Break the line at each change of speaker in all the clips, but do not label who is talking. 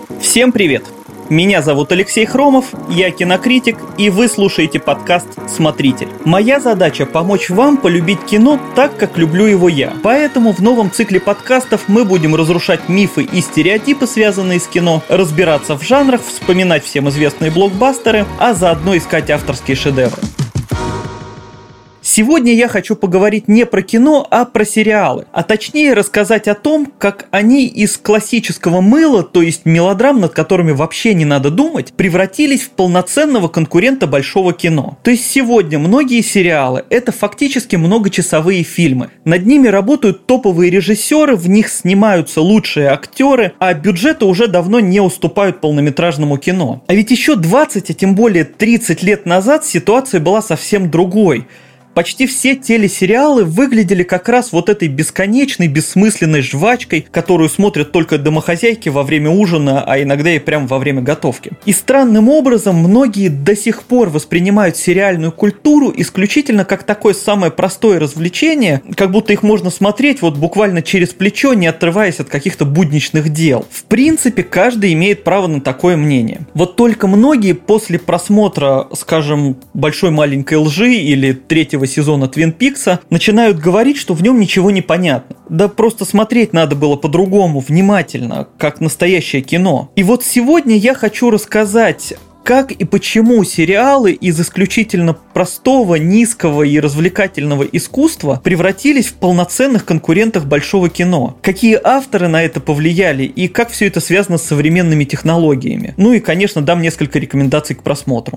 Всем привет! Меня зовут Алексей Хромов, я кинокритик, и вы слушаете подкаст «Смотритель». Моя задача – помочь вам полюбить кино так, как люблю его я. Поэтому в новом цикле подкастов мы будем разрушать мифы и стереотипы, связанные с кино, разбираться в жанрах, вспоминать всем известные блокбастеры, а заодно искать авторские шедевры. Сегодня я хочу поговорить не про кино, а про сериалы. А точнее рассказать о том, как они из классического мыла, то есть мелодрам, над которыми вообще не надо думать, превратились в полноценного конкурента большого кино. То есть сегодня многие сериалы – это фактически многочасовые фильмы. Над ними работают топовые режиссеры, в них снимаются лучшие актеры, а бюджеты уже давно не уступают полнометражному кино. А ведь еще 20, а тем более 30 лет назад ситуация была совсем другой. Почти все телесериалы выглядели как раз вот этой бесконечной, бессмысленной жвачкой, которую смотрят только домохозяйки во время ужина, а иногда и прямо во время готовки. И странным образом многие до сих пор воспринимают сериальную культуру исключительно как такое самое простое развлечение, как будто их можно смотреть вот буквально через плечо, не отрываясь от каких-то будничных дел. В принципе, каждый имеет право на такое мнение. Вот только многие после просмотра, скажем, «Большой маленькой лжи» или третьего сезона Твин Пикса начинают говорить, что в нем ничего не понятно. Да просто смотреть надо было по-другому, внимательно, как настоящее кино. И вот сегодня я хочу рассказать, как и почему сериалы из исключительно простого, низкого и развлекательного искусства превратились в полноценных конкурентов большого кино. Какие авторы на это повлияли и как все это связано с современными технологиями. Ну и, конечно, дам несколько рекомендаций к просмотру.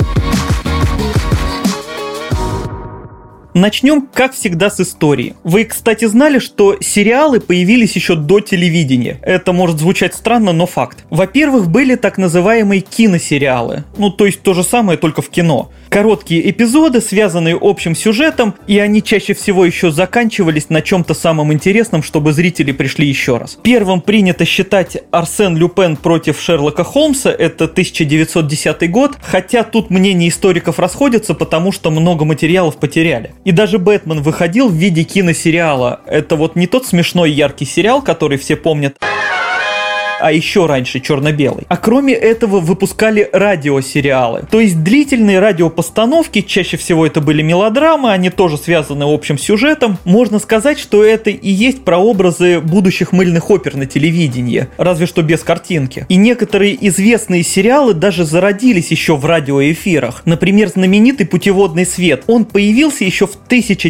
Начнем, как всегда, с истории. Вы, кстати, знали, что сериалы появились еще до телевидения? Это может звучать странно, но факт. Во-первых, были так называемые киносериалы. То есть то же самое, только в кино. Короткие эпизоды, связанные общим сюжетом, и они чаще всего еще заканчивались на чем-то самом интересном, чтобы зрители пришли еще раз. Первым принято считать «Арсен Люпен против Шерлока Холмса», это 1910 год, хотя тут мнения историков расходятся, потому что много материалов потеряли. И даже «Бэтмен» выходил в виде киносериала. Это вот не тот смешной яркий сериал, который все помнят, а еще раньше черно-белый. А кроме этого выпускали радиосериалы. То есть длительные радиопостановки, чаще всего это были мелодрамы, они тоже связаны общим сюжетом. Можно сказать, что это и есть прообразы будущих мыльных опер на телевидении, разве что без картинки. И некоторые известные сериалы даже зародились еще в радиоэфирах. Например, знаменитый «Путеводный свет». Он появился еще в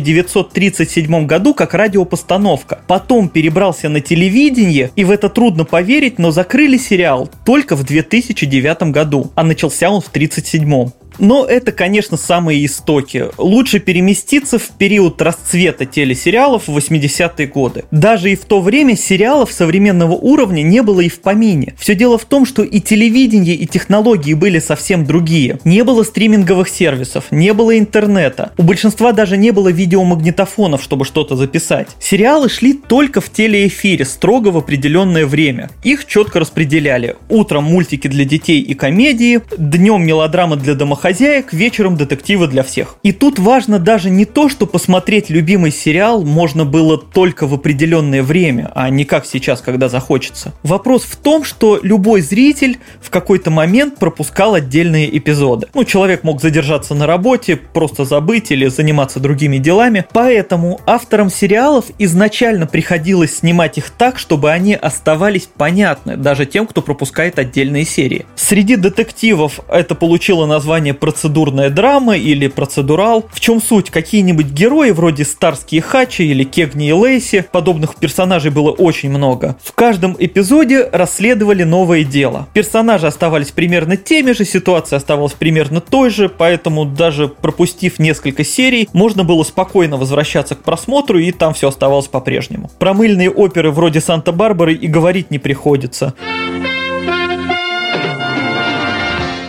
1937 году как радиопостановка. Потом перебрался на телевидение, и в это трудно поверить, но закрыли сериал только в 2009 году, а начался он в 1937. Но это, конечно, самые истоки. Лучше переместиться в период расцвета телесериалов в 80-е годы. Даже и в то время сериалов современного уровня не было и в помине. Все дело в том, что и телевидение, и технологии были совсем другие. Не было стриминговых сервисов, не было интернета. У большинства даже не было видеомагнитофонов, чтобы что-то записать. Сериалы шли только в телеэфире, строго в определенное время. Их четко распределяли. Утром мультики для детей и комедии, днем мелодрамы для домохозяек, вечером детективы для всех. И тут важно даже не то, что посмотреть любимый сериал можно было только в определенное время, а не как сейчас, когда захочется. Вопрос в том, что любой зритель в какой-то момент пропускал отдельные эпизоды. Человек мог задержаться на работе, просто забыть или заниматься другими делами. Поэтому авторам сериалов изначально приходилось снимать их так, чтобы они оставались понятны даже тем, кто пропускает отдельные серии. Среди детективов это получило название процедурная драма или процедурал. В чем суть? Какие-нибудь герои вроде Старски и Хачи или Кегни и Лейси, подобных персонажей было очень много. В каждом эпизоде расследовали новое дело. Персонажи оставались примерно теми же, ситуация оставалась примерно той же, поэтому даже пропустив несколько серий, можно было спокойно возвращаться к просмотру, и там все оставалось по-прежнему. Про мыльные оперы вроде Санта-Барбары и говорить не приходится.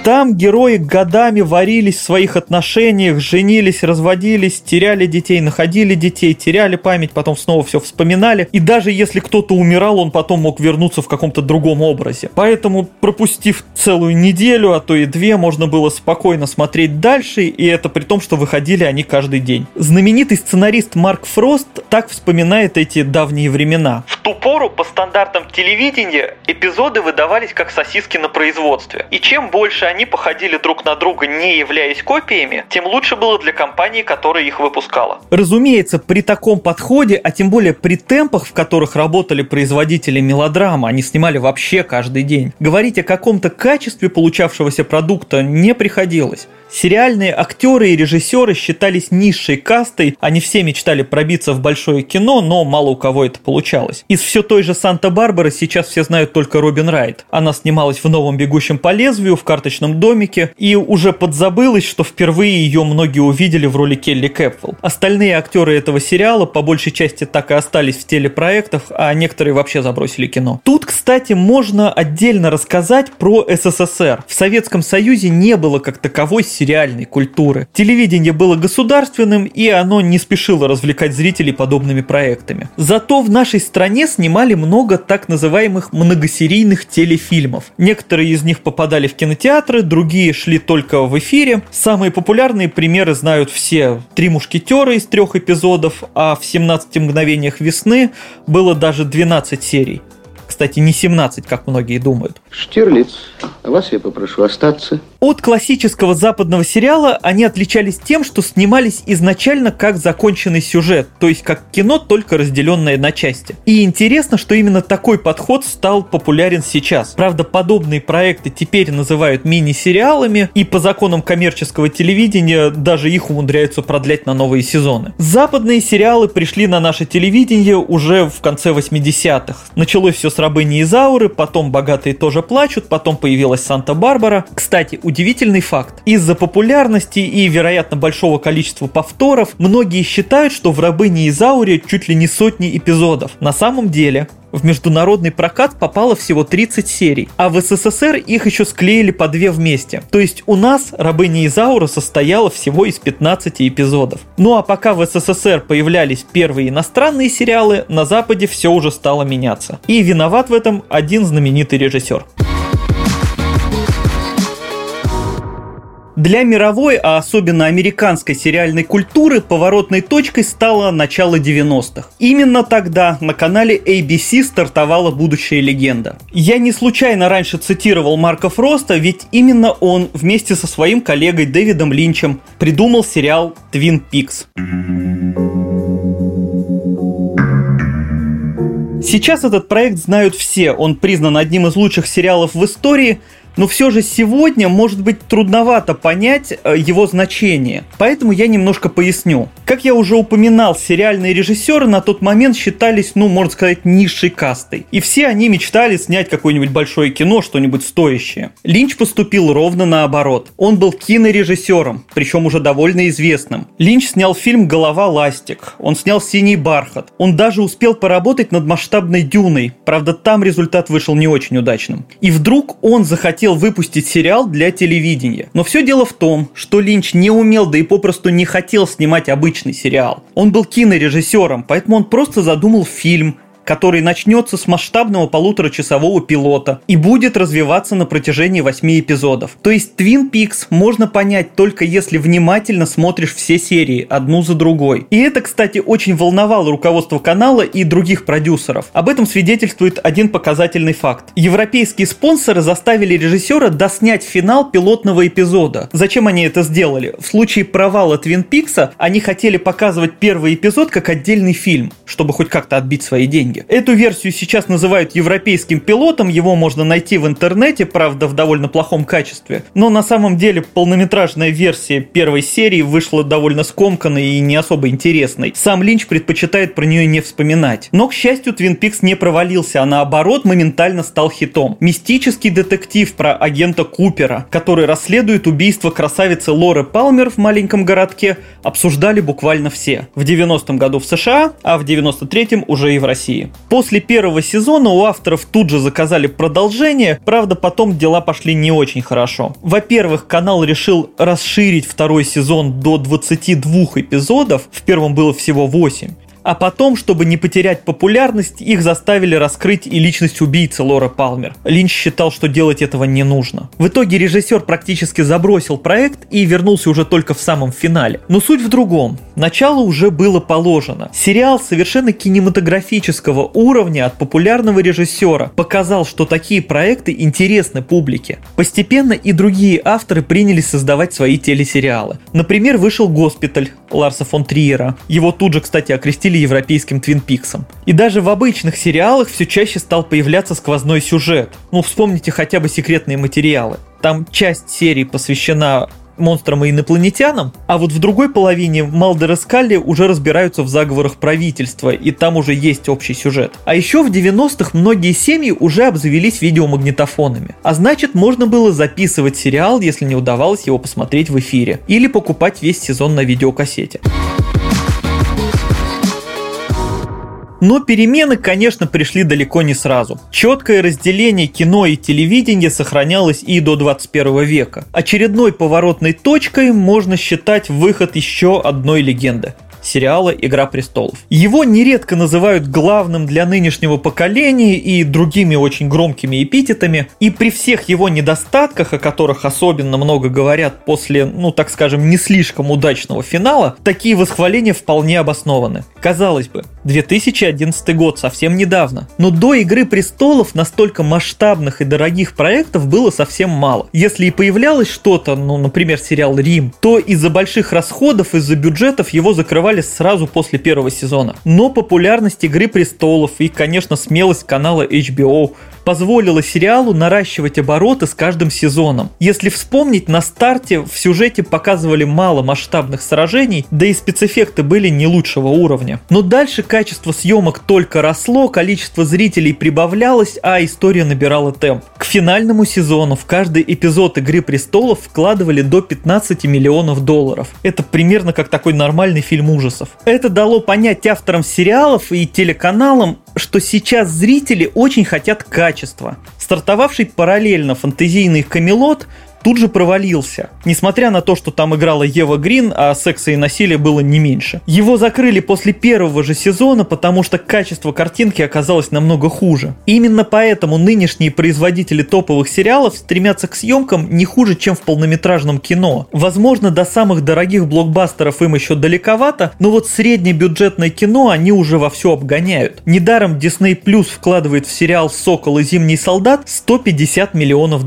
Там герои годами варились в своих отношениях, женились, разводились, теряли детей, находили детей, теряли память, потом снова все вспоминали. И даже если кто-то умирал, он потом мог вернуться в каком-то другом образе. Поэтому, пропустив целую неделю, а то и 2, можно было спокойно смотреть дальше, и это при том, что выходили они каждый день. Знаменитый сценарист Марк Фрост так вспоминает эти давние времена. В ту пору по стандартам телевидения эпизоды выдавались как сосиски на производстве. И чем больше они походили друг на друга, не являясь копиями, тем лучше было для компании, которая их выпускала. Разумеется, при таком подходе, а тем более при темпах, в которых работали производители мелодрамы, они снимали вообще каждый день, говорить о каком-то качестве получавшегося продукта не приходилось. Сериальные актеры и режиссеры считались низшей кастой, они все мечтали пробиться в большое кино, но мало у кого это получалось. Из все той же Санта-Барбары сейчас все знают только Робин Райт. Она снималась в новом «Бегущем по лезвию», в «Карточном домике», и уже подзабылось, что впервые ее многие увидели в роли Келли Кэпвелл. Остальные актеры этого сериала по большей части так и остались в телепроектах, а некоторые вообще забросили кино. Тут, кстати, можно отдельно рассказать про СССР. В Советском Союзе не было как таковой сериальной культуры. Телевидение было государственным, и оно не спешило развлекать зрителей подобными проектами. Зато в нашей стране снимали много так называемых многосерийных телефильмов. Некоторые из них попадали в кинотеатры, другие шли только в эфире. Самые популярные примеры знают все. «Три мушкетера» из 3 эпизодов, а в «17 мгновениях весны» было даже 12 серий. Кстати, не 17, как многие думают.
Штирлиц, вас я попрошу остаться.
От классического западного сериала они отличались тем, что снимались изначально как законченный сюжет, то есть как кино, только разделенное на части. И интересно, что именно такой подход стал популярен сейчас. Правда, подобные проекты теперь называют мини-сериалами, и по законам коммерческого телевидения даже их умудряются продлять на новые сезоны. Западные сериалы пришли на наше телевидение уже в конце 80-х. Началось все с «Рабыни Изауры», потом «Богатые тоже плачут», потом появилась «Санта-Барбара». Кстати, удивительный факт. Из-за популярности и, вероятно, большого количества повторов, многие считают, что в «Рабыне Изауре» чуть ли не сотни эпизодов. На самом деле, в международный прокат попало всего 30 серий, а в СССР их еще склеили по 2 вместе. То есть у нас «Рабыня Изаура» состояла всего из 15 эпизодов. Ну а пока в СССР появлялись первые иностранные сериалы, на Западе все уже стало меняться. И виноват в этом один знаменитый режиссер. Для мировой, а особенно американской сериальной культуры поворотной точкой стало начало 90-х. Именно тогда на канале ABC стартовала «Будущая легенда». Я не случайно раньше цитировал Марка Фроста, ведь именно он вместе со своим коллегой Дэвидом Линчем придумал сериал «Твин Пикс». Сейчас этот проект знают все, он признан одним из лучших сериалов в истории, но все же сегодня может быть трудновато понять его значение, поэтому я немножко поясню. Как я уже упоминал, сериальные режиссеры на тот момент считались, можно сказать, низшей кастой. И все они мечтали снять какое-нибудь большое кино, что-нибудь стоящее. Линч поступил ровно наоборот. Он был кинорежиссером, причем уже довольно известным. Линч снял фильм «Голова ластик», он снял «Синий бархат», он даже успел поработать над масштабной «Дюной», правда там результат вышел не очень удачным. И вдруг он захотел выпустить сериал для телевидения. Но все дело в том, что Линч не умел, да и попросту не хотел снимать обычный сериал. Он был кинорежиссером, поэтому он просто задумал фильм, который начнется с масштабного 1,5-часового пилота и будет развиваться на протяжении 8 эпизодов. То есть Twin Peaks можно понять только если внимательно смотришь все серии, одну за другой. И это, кстати, очень волновало руководство канала и других продюсеров. Об этом свидетельствует один показательный факт. Европейские спонсоры заставили режиссера доснять финал пилотного эпизода. Зачем они это сделали? В случае провала Twin Peaks они хотели показывать первый эпизод как отдельный фильм, чтобы хоть как-то отбить свои деньги. Эту версию сейчас называют европейским пилотом, его можно найти в интернете, правда в довольно плохом качестве, но на самом деле полнометражная версия первой серии вышла довольно скомканной и не особо интересной. Сам Линч предпочитает про нее не вспоминать. Но, к счастью, Twin Peaks не провалился, а наоборот моментально стал хитом. Мистический детектив про агента Купера, который расследует убийство красавицы Лоры Палмер в маленьком городке, обсуждали буквально все. В 90-м году в США, а в 93-м уже и в России. серии. После первого сезона у авторов тут же заказали продолжение, правда, потом дела пошли не очень хорошо. Во-первых, канал решил расширить второй сезон до 22 эпизодов, в первом было всего 8. А потом, чтобы не потерять популярность, их заставили раскрыть и личность убийцы Лоры Палмер. Линч считал, что делать этого не нужно. В итоге режиссер практически забросил проект и вернулся уже только в самом финале. Но суть в другом. Начало уже было положено. Сериал совершенно кинематографического уровня от популярного режиссера показал, что такие проекты интересны публике. Постепенно и другие авторы принялись создавать свои телесериалы. Например, вышел «Госпиталь» Ларса фон Триера. Его тут же, кстати, окрестили европейским Твин Пиксом. И даже в обычных сериалах все чаще стал появляться сквозной сюжет. Вспомните хотя бы «Секретные материалы». Там часть серии посвящена монстрам и инопланетянам, а вот в другой половине Малдер и Скалли уже разбираются в заговорах правительства, и там уже есть общий сюжет. А еще в 90-х многие семьи уже обзавелись видеомагнитофонами, а значит, можно было записывать сериал, если не удавалось его посмотреть в эфире, или покупать весь сезон на видеокассете. Но перемены, конечно, пришли далеко не сразу. Четкое разделение кино и телевидения сохранялось и до 21 века. Очередной поворотной точкой можно считать выход еще одной легенды – сериала «Игра престолов». Его нередко называют главным для нынешнего поколения и другими очень громкими эпитетами, и при всех его недостатках, о которых особенно много говорят после, так скажем, не слишком удачного финала, такие восхваления вполне обоснованы. Казалось бы, 2011 год, совсем недавно, но до «Игры престолов» настолько масштабных и дорогих проектов было совсем мало. Если и появлялось что-то, например, сериал «Рим», то из-за больших расходов, из-за бюджетов его закрывали сразу после первого сезона. Но популярность «Игры престолов» и, конечно, смелость канала HBO позволила сериалу наращивать обороты с каждым сезоном. Если вспомнить, на старте в сюжете показывали мало масштабных сражений, да и спецэффекты были не лучшего уровня. Но дальше качество съемок только росло, количество зрителей прибавлялось, а история набирала темп. К финальному сезону в каждый эпизод «Игры престолов» вкладывали до $15 миллионов. Это примерно как такой нормальный фильм ужасов. Это дало понять авторам сериалов и телеканалам, что сейчас зрители очень хотят качества. Стартовавший параллельно фэнтезийный «Камелот» тут же провалился, несмотря на то, что там играла Ева Грин, а секса и насилия было не меньше. Его закрыли после первого же сезона, потому что качество картинки оказалось намного хуже. Именно поэтому нынешние производители топовых сериалов стремятся к съемкам не хуже, чем в полнометражном кино. Возможно, до самых дорогих блокбастеров им еще далековато, но вот среднебюджетное кино они уже вовсю обгоняют. Недаром Disney Plus вкладывает в сериал «Сокол и Зимний солдат» $150 миллионов.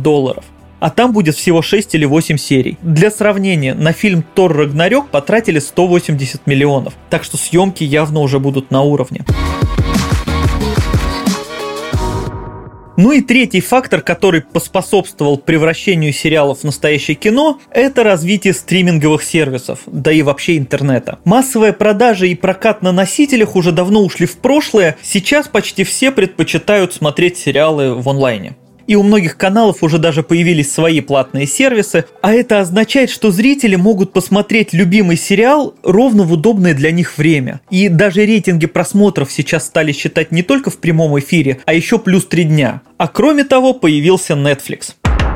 А там будет всего 6 или 8 серий. Для сравнения, на фильм «Тор Рагнарёк» потратили 180 миллионов, так что съемки явно уже будут на уровне. И третий фактор, который поспособствовал превращению сериалов в настоящее кино, это развитие стриминговых сервисов, да и вообще интернета. Массовая продажа и прокат на носителях уже давно ушли в прошлое, сейчас почти все предпочитают смотреть сериалы в онлайне. И у многих каналов уже даже появились свои платные сервисы, а это означает, что зрители могут посмотреть любимый сериал ровно в удобное для них время. И даже рейтинги просмотров сейчас стали считать не только в прямом эфире, а еще плюс 3 дня. А кроме того, появился Netflix.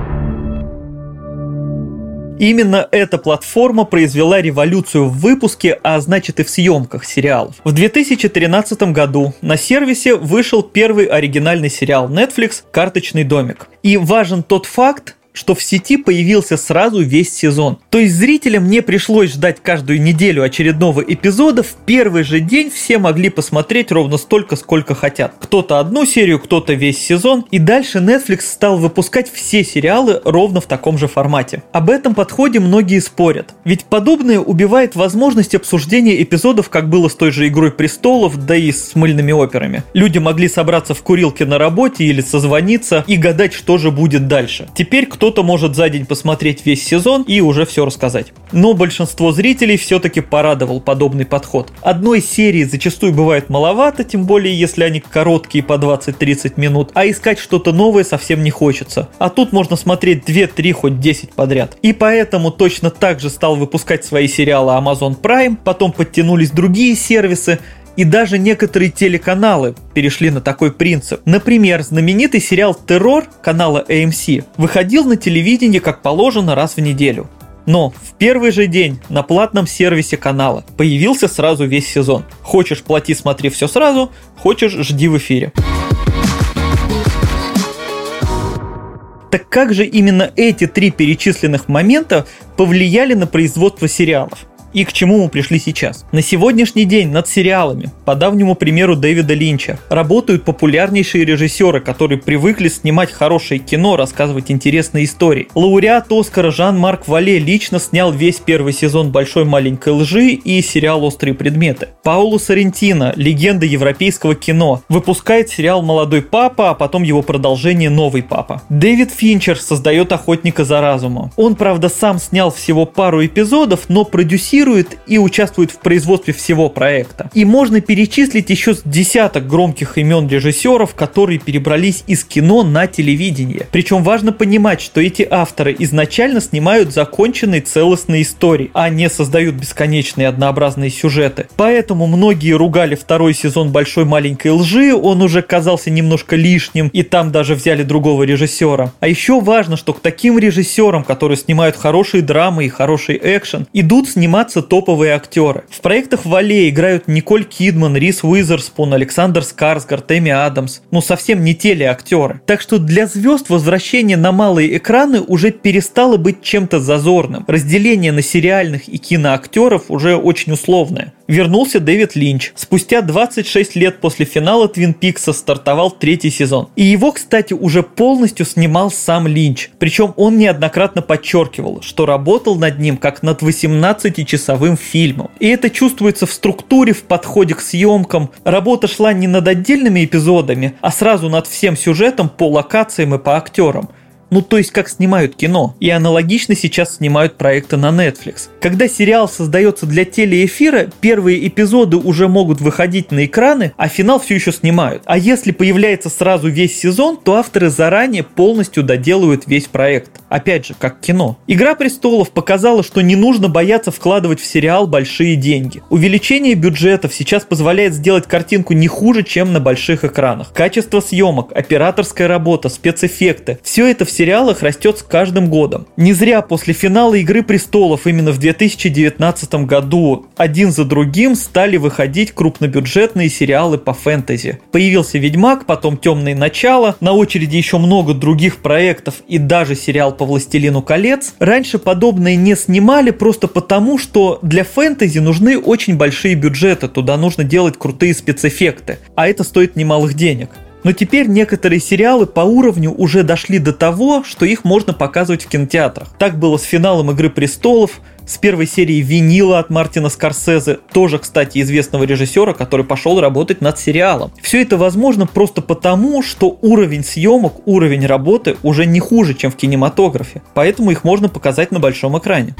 Именно эта платформа произвела революцию в выпуске, а значит и в съемках сериалов. В 2013 году на сервисе вышел первый оригинальный сериал Netflix «Карточный домик». И важен тот факт, что в сети появился сразу весь сезон. То есть зрителям не пришлось ждать каждую неделю очередного эпизода, в первый же день все могли посмотреть ровно столько, сколько хотят. Кто-то одну серию, кто-то весь сезон, и дальше Netflix стал выпускать все сериалы ровно в таком же формате. Об этом подходе многие спорят, ведь подобное убивает возможность обсуждения эпизодов, как было с той же «Игрой престолов», да и с мыльными операми. Люди могли собраться в курилке на работе или созвониться и гадать, что же будет дальше. Теперь кто-то может за день посмотреть весь сезон и уже все рассказать. Но большинство зрителей все-таки порадовал подобный подход. Одной серии зачастую бывает маловато, тем более если они короткие по 20-30 минут, а искать что-то новое совсем не хочется. А тут можно смотреть 2-3, хоть 10 подряд. И поэтому точно так же стал выпускать свои сериалы Amazon Prime, потом подтянулись другие сервисы, И даже некоторые телеканалы перешли на такой принцип. Например, знаменитый сериал «Террор» канала AMC выходил на телевидении, как положено, раз в неделю. Но в первый же день на платном сервисе канала появился сразу весь сезон. Хочешь — плати, смотри все сразу, хочешь — жди в эфире. Так как же именно эти 3 перечисленных момента повлияли на производство сериалов? И к чему мы пришли сейчас? На сегодняшний день над сериалами, по давнему примеру Дэвида Линча, работают популярнейшие режиссеры, которые привыкли снимать хорошее кино, рассказывать интересные истории. Лауреат Оскара Жан-Марк Вале лично снял весь первый сезон «Большой маленькой лжи» и сериал «Острые предметы». Паоло Соррентино, легенда европейского кино, выпускает сериал «Молодой папа», а потом его продолжение «Новый папа». Дэвид Финчер создает «Охотника за разумом». Он, правда, сам снял всего пару эпизодов, но продюсирует и участвует в производстве всего проекта. И можно перечислить еще с десяток громких имен режиссеров, которые перебрались из кино на телевидение. Причем важно понимать, что эти авторы изначально снимают законченные целостные истории, а не создают бесконечные однообразные сюжеты. Поэтому многие ругали второй сезон «Большой маленькой лжи», он уже казался немножко лишним, и там даже взяли другого режиссера. А еще важно, что к таким режиссерам, которые снимают хорошие драмы и хороший экшен, идут сниматься топовые актеры. В проектах Вале играют Николь Кидман, Риз Уизерспун, Александр Скарсгард, Эми Адамс. Ну, совсем не телеактеры. Так что для звезд возвращение на малые экраны уже перестало быть чем-то зазорным. Разделение на сериальных и киноактеров уже очень условное. Вернулся Дэвид Линч. Спустя 26 лет после финала Твин Пикса стартовал 3-й сезон. И его, кстати, уже полностью снимал сам Линч. Причем он неоднократно подчеркивал, что работал над ним как над 18-часовым фильмом. И это чувствуется в структуре, в подходе к съемкам. Работа шла не над отдельными эпизодами, а сразу над всем сюжетом по локациям и по актерам. Ну, то есть, как снимают кино. И аналогично сейчас снимают проекты на Netflix. Когда сериал создается для телеэфира, первые эпизоды уже могут выходить на экраны, а финал все еще снимают. А если появляется сразу весь сезон, то авторы заранее полностью доделывают весь проект. Опять же, как кино. «Игра престолов» показала, что не нужно бояться вкладывать в сериал большие деньги. Увеличение бюджетов сейчас позволяет сделать картинку не хуже, чем на больших экранах. Качество съемок, операторская работа, спецэффекты – все это в сериалах растет с каждым годом. Не зря после финала «Игры престолов» именно в 2019 году один за другим стали выходить крупнобюджетные сериалы по фэнтези. Появился «Ведьмак», потом «Темные начала», на очереди еще много других проектов и даже сериал по «Властелину колец». Раньше подобное не снимали просто потому, что для фэнтези нужны очень большие бюджеты, туда нужно делать крутые спецэффекты, а это стоит немалых денег. Но теперь некоторые сериалы по уровню уже дошли до того, что их можно показывать в кинотеатрах. Так было с финалом «Игры престолов», с первой серией «Винила» от Мартина Скорсезе, тоже, кстати, известного режиссера, который пошел работать над сериалом. Все это возможно просто потому, что уровень съемок, уровень работы уже не хуже, чем в кинематографе. Поэтому их можно показать на большом экране.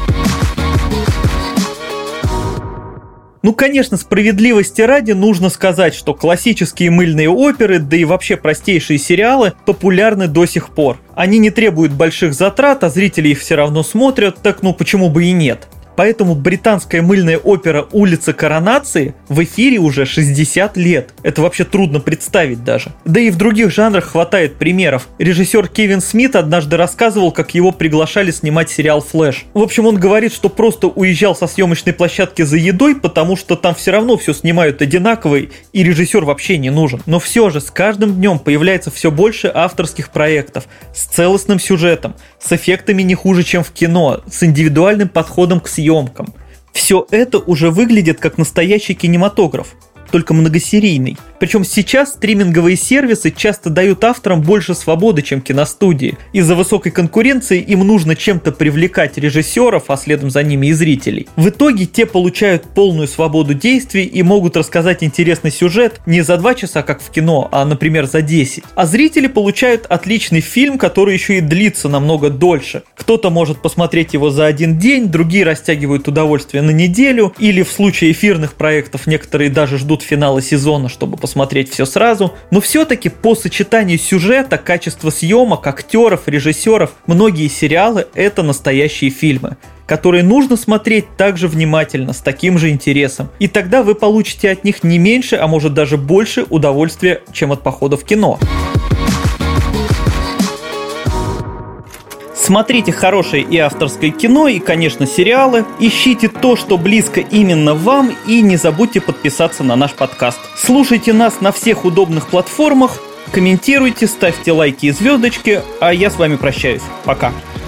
Ну, конечно, справедливости ради нужно сказать, что классические мыльные оперы, да и вообще простейшие сериалы популярны до сих пор. Они не требуют больших затрат, а зрители их все равно смотрят, так ну почему бы и нет. Поэтому британская мыльная опера «Улица Коронации» в эфире уже 60 лет. Это вообще трудно представить даже. Да и в других жанрах хватает примеров. Режиссер Кевин Смит однажды рассказывал, как его приглашали снимать сериал «Флэш». В общем, он говорит, что просто уезжал со съемочной площадки за едой, потому что там все равно все снимают одинаково, и режиссер вообще не нужен. Но все же с каждым днем появляется все больше авторских проектов с целостным сюжетом, с эффектами не хуже, чем в кино, с индивидуальным подходом к съемкам. Все это уже выглядит как настоящий кинематограф, только многосерийный. Причем сейчас стриминговые сервисы часто дают авторам больше свободы, чем киностудии. Из-за высокой конкуренции им нужно чем-то привлекать режиссеров, а следом за ними и зрителей. В итоге те получают полную свободу действий и могут рассказать интересный сюжет не за 2 часа, как в кино, а, например, за 10. А зрители получают отличный фильм, который еще и длится намного дольше. Кто-то может посмотреть его за 1 день, другие растягивают удовольствие на неделю, или в случае эфирных проектов некоторые даже ждут финала сезона, чтобы посмотреть все сразу, но все-таки по сочетанию сюжета, качества съемок, актеров, режиссеров, многие сериалы — это настоящие фильмы. которые нужно смотреть также внимательно, с таким же интересом. И тогда вы получите от них не меньше, а может даже больше удовольствия, чем от похода в кино. Смотрите хорошее и авторское кино, и, конечно, сериалы. Ищите то, что близко именно вам, и не забудьте подписаться на наш подкаст. Слушайте нас на всех удобных платформах, комментируйте, ставьте лайки и звездочки, а я с вами прощаюсь. Пока.